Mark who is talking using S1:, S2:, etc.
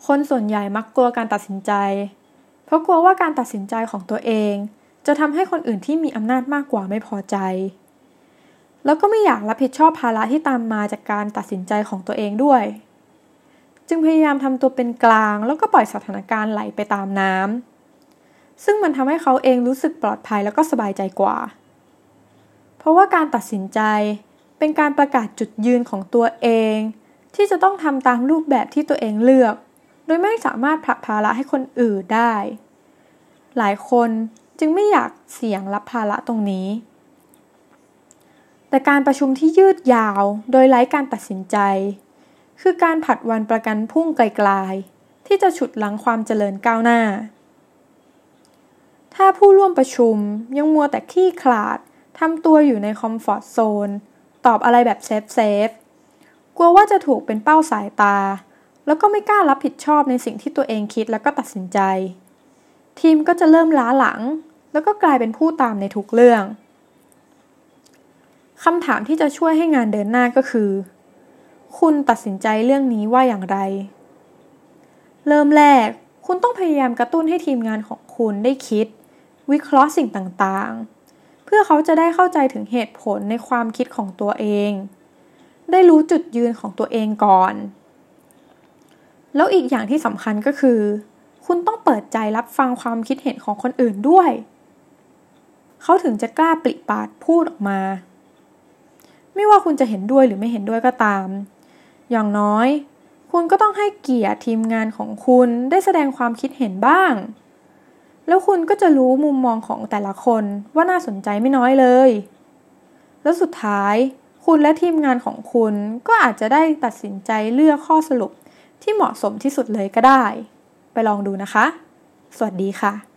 S1: คนส่วนใหญ่มักกลัวการตัดสินใจเพราะกลัวว่าการตัดสินใจของตัวเองจะทำให้คนอื่นที่มีอำนาจมากกว่าไม่พอใจแล้วก็ไม่อยากรับผิดชอบภาระที่ตามมาจากการตัดสินใจของตัวเองด้วยจึงพยายามทำตัวเป็นกลางแล้วก็ปล่อยสถานการณ์ไหลไปตามน้ำซึ่งมันทำให้เขาเองรู้สึกปลอดภัยแล้วก็สบายใจกว่าเพราะว่าการตัดสินใจเป็นการประกาศจุดยืนของตัวเองที่จะต้องทำตามรูปแบบที่ตัวเองเลือกโดยไม่สามารถผลักภาระให้คนอื่นได้หลายคนจึงไม่อยากเสี่ยงรับภาระตรงนี้แต่การประชุมที่ยืดยาวโดยไร้การตัดสินใจคือการผัดวันประกันพรุ่งไกลๆที่จะฉุดรั้งความเจริญก้าวหน้าถ้าผู้ร่วมประชุมยังมัวแต่ขี้ขลาดทำตัวอยู่ในคอมฟอร์ตโซนตอบอะไรแบบเซฟกลัวว่าจะถูกเป็นเป้าสายตาแล้วก็ไม่กล้ารับผิดชอบในสิ่งที่ตัวเองคิดแล้วก็ตัดสินใจทีมก็จะเริ่มล้าหลังแล้วก็กลายเป็นผู้ตามในทุกเรื่องคำถามที่จะช่วยให้งานเดินหน้าก็คือคุณตัดสินใจเรื่องนี้ว่าอย่างไรเริ่มแรกคุณต้องพยายามกระตุ้นให้ทีมงานของคุณได้คิดวิเคราะห์สิ่งต่างๆเพื่อเขาจะได้เข้าใจถึงเหตุผลในความคิดของตัวเองได้รู้จุดยืนของตัวเองก่อนแล้วอีกอย่างที่สำคัญก็คือคุณต้องเปิดใจรับฟังความคิดเห็นของคนอื่นด้วยเขาถึงจะกล้าปริปากพูดออกมาไม่ว่าคุณจะเห็นด้วยหรือไม่เห็นด้วยก็ตามอย่างน้อยคุณก็ต้องให้เกียรติทีมงานของคุณได้แสดงความคิดเห็นบ้างแล้วคุณก็จะรู้มุมมองของแต่ละคนว่าน่าสนใจไม่น้อยเลยแล้วสุดท้ายคุณและทีมงานของคุณก็อาจจะได้ตัดสินใจเลือกข้อสรุปที่เหมาะสมที่สุดเลยก็ได้ไปลองดูนะคะสวัสดีค่ะ